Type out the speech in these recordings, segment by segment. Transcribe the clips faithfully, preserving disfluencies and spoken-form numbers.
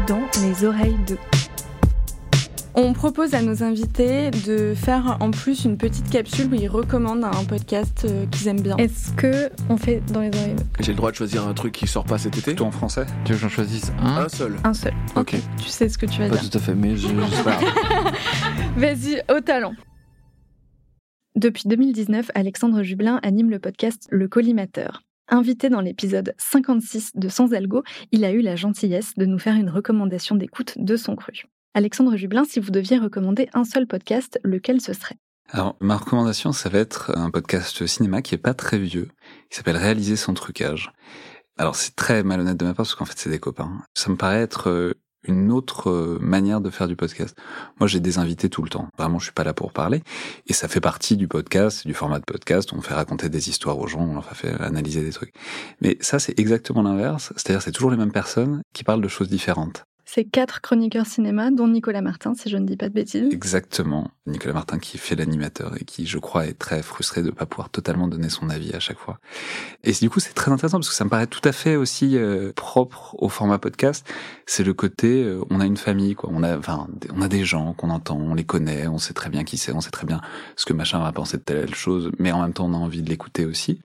dans les oreilles d'eux. On propose à nos invités de faire en plus une petite capsule où ils recommandent un podcast qu'ils aiment bien. Est-ce que on fait dans les oreilles d'eux ? J'ai le droit de choisir un truc qui sort pas cet été ? Tout en français ? Tu veux que j'en choisisse un ? Un seul. Un seul. Ok. Tu sais ce que tu vas Pas dire. tout à fait, mais je, je sais pas. Vas-y, au talent. Depuis deux mille dix-neuf, Alexandre Jublin anime le podcast Le Collimateur. Invité dans l'épisode cinquante-six de Sans Algo, il a eu la gentillesse de nous faire une recommandation d'écoute de son cru. Alexandre Jublin, si vous deviez recommander un seul podcast, lequel ce serait ? Alors, ma recommandation, ça va être un podcast cinéma qui est pas très vieux, qui s'appelle Réaliser sans trucage. Alors, c'est très malhonnête de ma part, parce qu'en fait, c'est des copains. Ça me paraît être une autre manière de faire du podcast. Moi, j'ai des invités tout le temps. Vraiment, je suis pas là pour parler. Et ça fait partie du podcast, du format de podcast. On fait raconter des histoires aux gens, on leur fait analyser des trucs. Mais ça, c'est exactement l'inverse. C'est-à-dire, c'est toujours les mêmes personnes qui parlent de choses différentes. C'est quatre chroniqueurs cinéma, dont Nicolas Martin, si je ne dis pas de bêtises. Exactement. Nicolas Martin qui fait l'animateur et qui, je crois, est très frustré de ne pas pouvoir totalement donner son avis à chaque fois. Et du coup, c'est très intéressant parce que ça me paraît tout à fait aussi euh, propre au format podcast. C'est le côté, euh, on a une famille, quoi. On a, enfin, on a des gens qu'on entend, on les connaît, on sait très bien qui c'est, on sait très bien ce que machin va penser de telle chose, mais en même temps, on a envie de l'écouter aussi.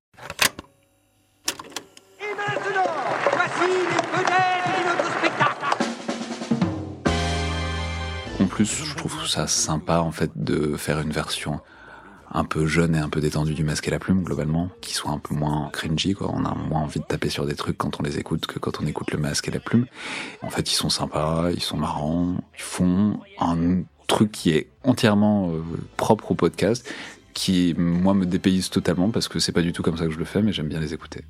Et maintenant, voici les vedettes de notre spectacle. En plus, je trouve ça sympa, en fait, de faire une version un peu jeune et un peu détendue du Masque et la Plume, globalement, qui soit un peu moins cringy, quoi. On a moins envie de taper sur des trucs quand on les écoute que quand on écoute le Masque et la Plume. En fait, ils sont sympas, ils sont marrants, ils font un truc qui est entièrement euh, propre au podcast, qui, moi, me dépayse totalement, parce que c'est pas du tout comme ça que je le fais, mais j'aime bien les écouter.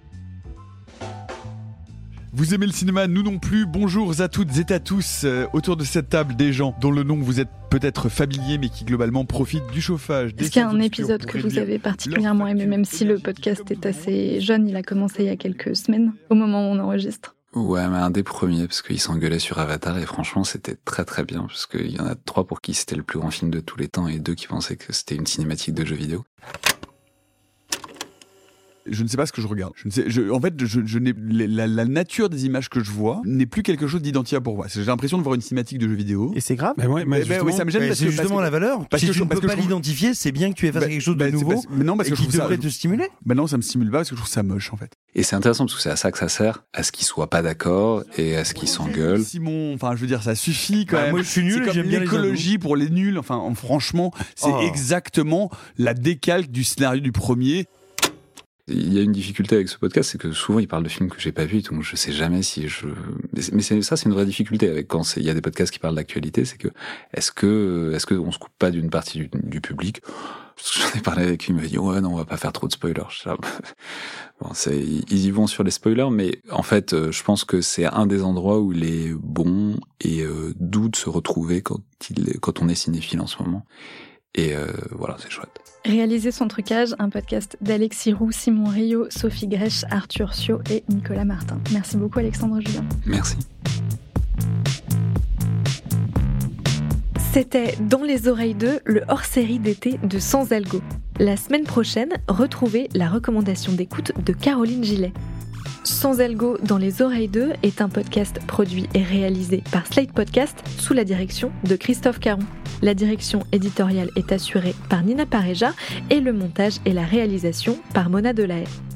Vous aimez le cinéma, nous non plus. Bonjour à toutes et à tous. Euh, autour de cette table, des gens dont le nom vous êtes peut-être familier, mais qui globalement profitent du chauffage. Est-ce qu'il y a un épisode que vous avez particulièrement aimé, même si le podcast est assez jeune, il a commencé il y a quelques semaines, au moment où on enregistre ? Ouais, mais un des premiers, parce qu'ils s'engueulaient sur Avatar, et franchement, c'était très très bien, parce qu'il y en a trois pour qui c'était le plus grand film de tous les temps, et deux qui pensaient que c'était une cinématique de jeu vidéo. Je ne sais pas ce que je regarde. Je ne sais, je, en fait, je, je n'ai, la, la nature des images que je vois n'est plus quelque chose d'identifiable pour moi. J'ai l'impression de voir une cinématique de jeu vidéo. Et c'est grave. Bah ouais, mais mais, mais, oui, ça me gêne mais parce c'est que, justement parce que, la valeur. parce si que tu je, ne peux parce que pas je trouve... l'identifier, c'est bien que tu aies fait bah, quelque chose bah, de nouveau. Parce, mais non, parce et que qui je trouve devrait ça... te stimuler. Bah non, ça me stimule pas parce que je trouve ça moche en fait. Et c'est intéressant parce que c'est à ça que ça sert, à ce qu'ils soient pas d'accord et à ce qu'ils s'engueulent. Simon, enfin, je veux dire, ça suffit quand bah, même. Moi, je suis nul. C'est comme j'aime bien l'écologie pour les nuls. Enfin, franchement, c'est oh. exactement la décalque du scénario du premier. Il y a une difficulté avec ce podcast, c'est que souvent il parle de films que j'ai pas vus, donc je sais jamais si je. Mais c'est, ça, c'est une vraie difficulté avec quand c'est, il y a des podcasts qui parlent d'actualité, c'est que est-ce que est-ce que on se coupe pas d'une partie du, du public? J'en ai parlé avec lui, il m'a dit ouais non, on va pas faire trop de spoilers. Bon, c'est, ils y vont sur les spoilers, mais en fait, je pense que c'est un des endroits où il est bon et euh, doux de se retrouver quand il, quand on est cinéphile en ce moment. Et euh, voilà, c'est chouette. Réaliser son trucage, un podcast d'Alexis Roux, Simon Rio, Sophie Grèche, Arthur Sio et Nicolas Martin. Merci beaucoup Alexandre Jublin. Merci. C'était Dans les oreilles d'eux, le hors-série d'été de Sans Algo. La semaine prochaine, retrouvez la recommandation d'écoute de Caroline Gillet. Sans Algo dans les oreilles d'eux est un podcast produit et réalisé par Slate Podcast sous la direction de Christophe Caron. La direction éditoriale est assurée par Nina Pareja et le montage et la réalisation par Mona Delahaye.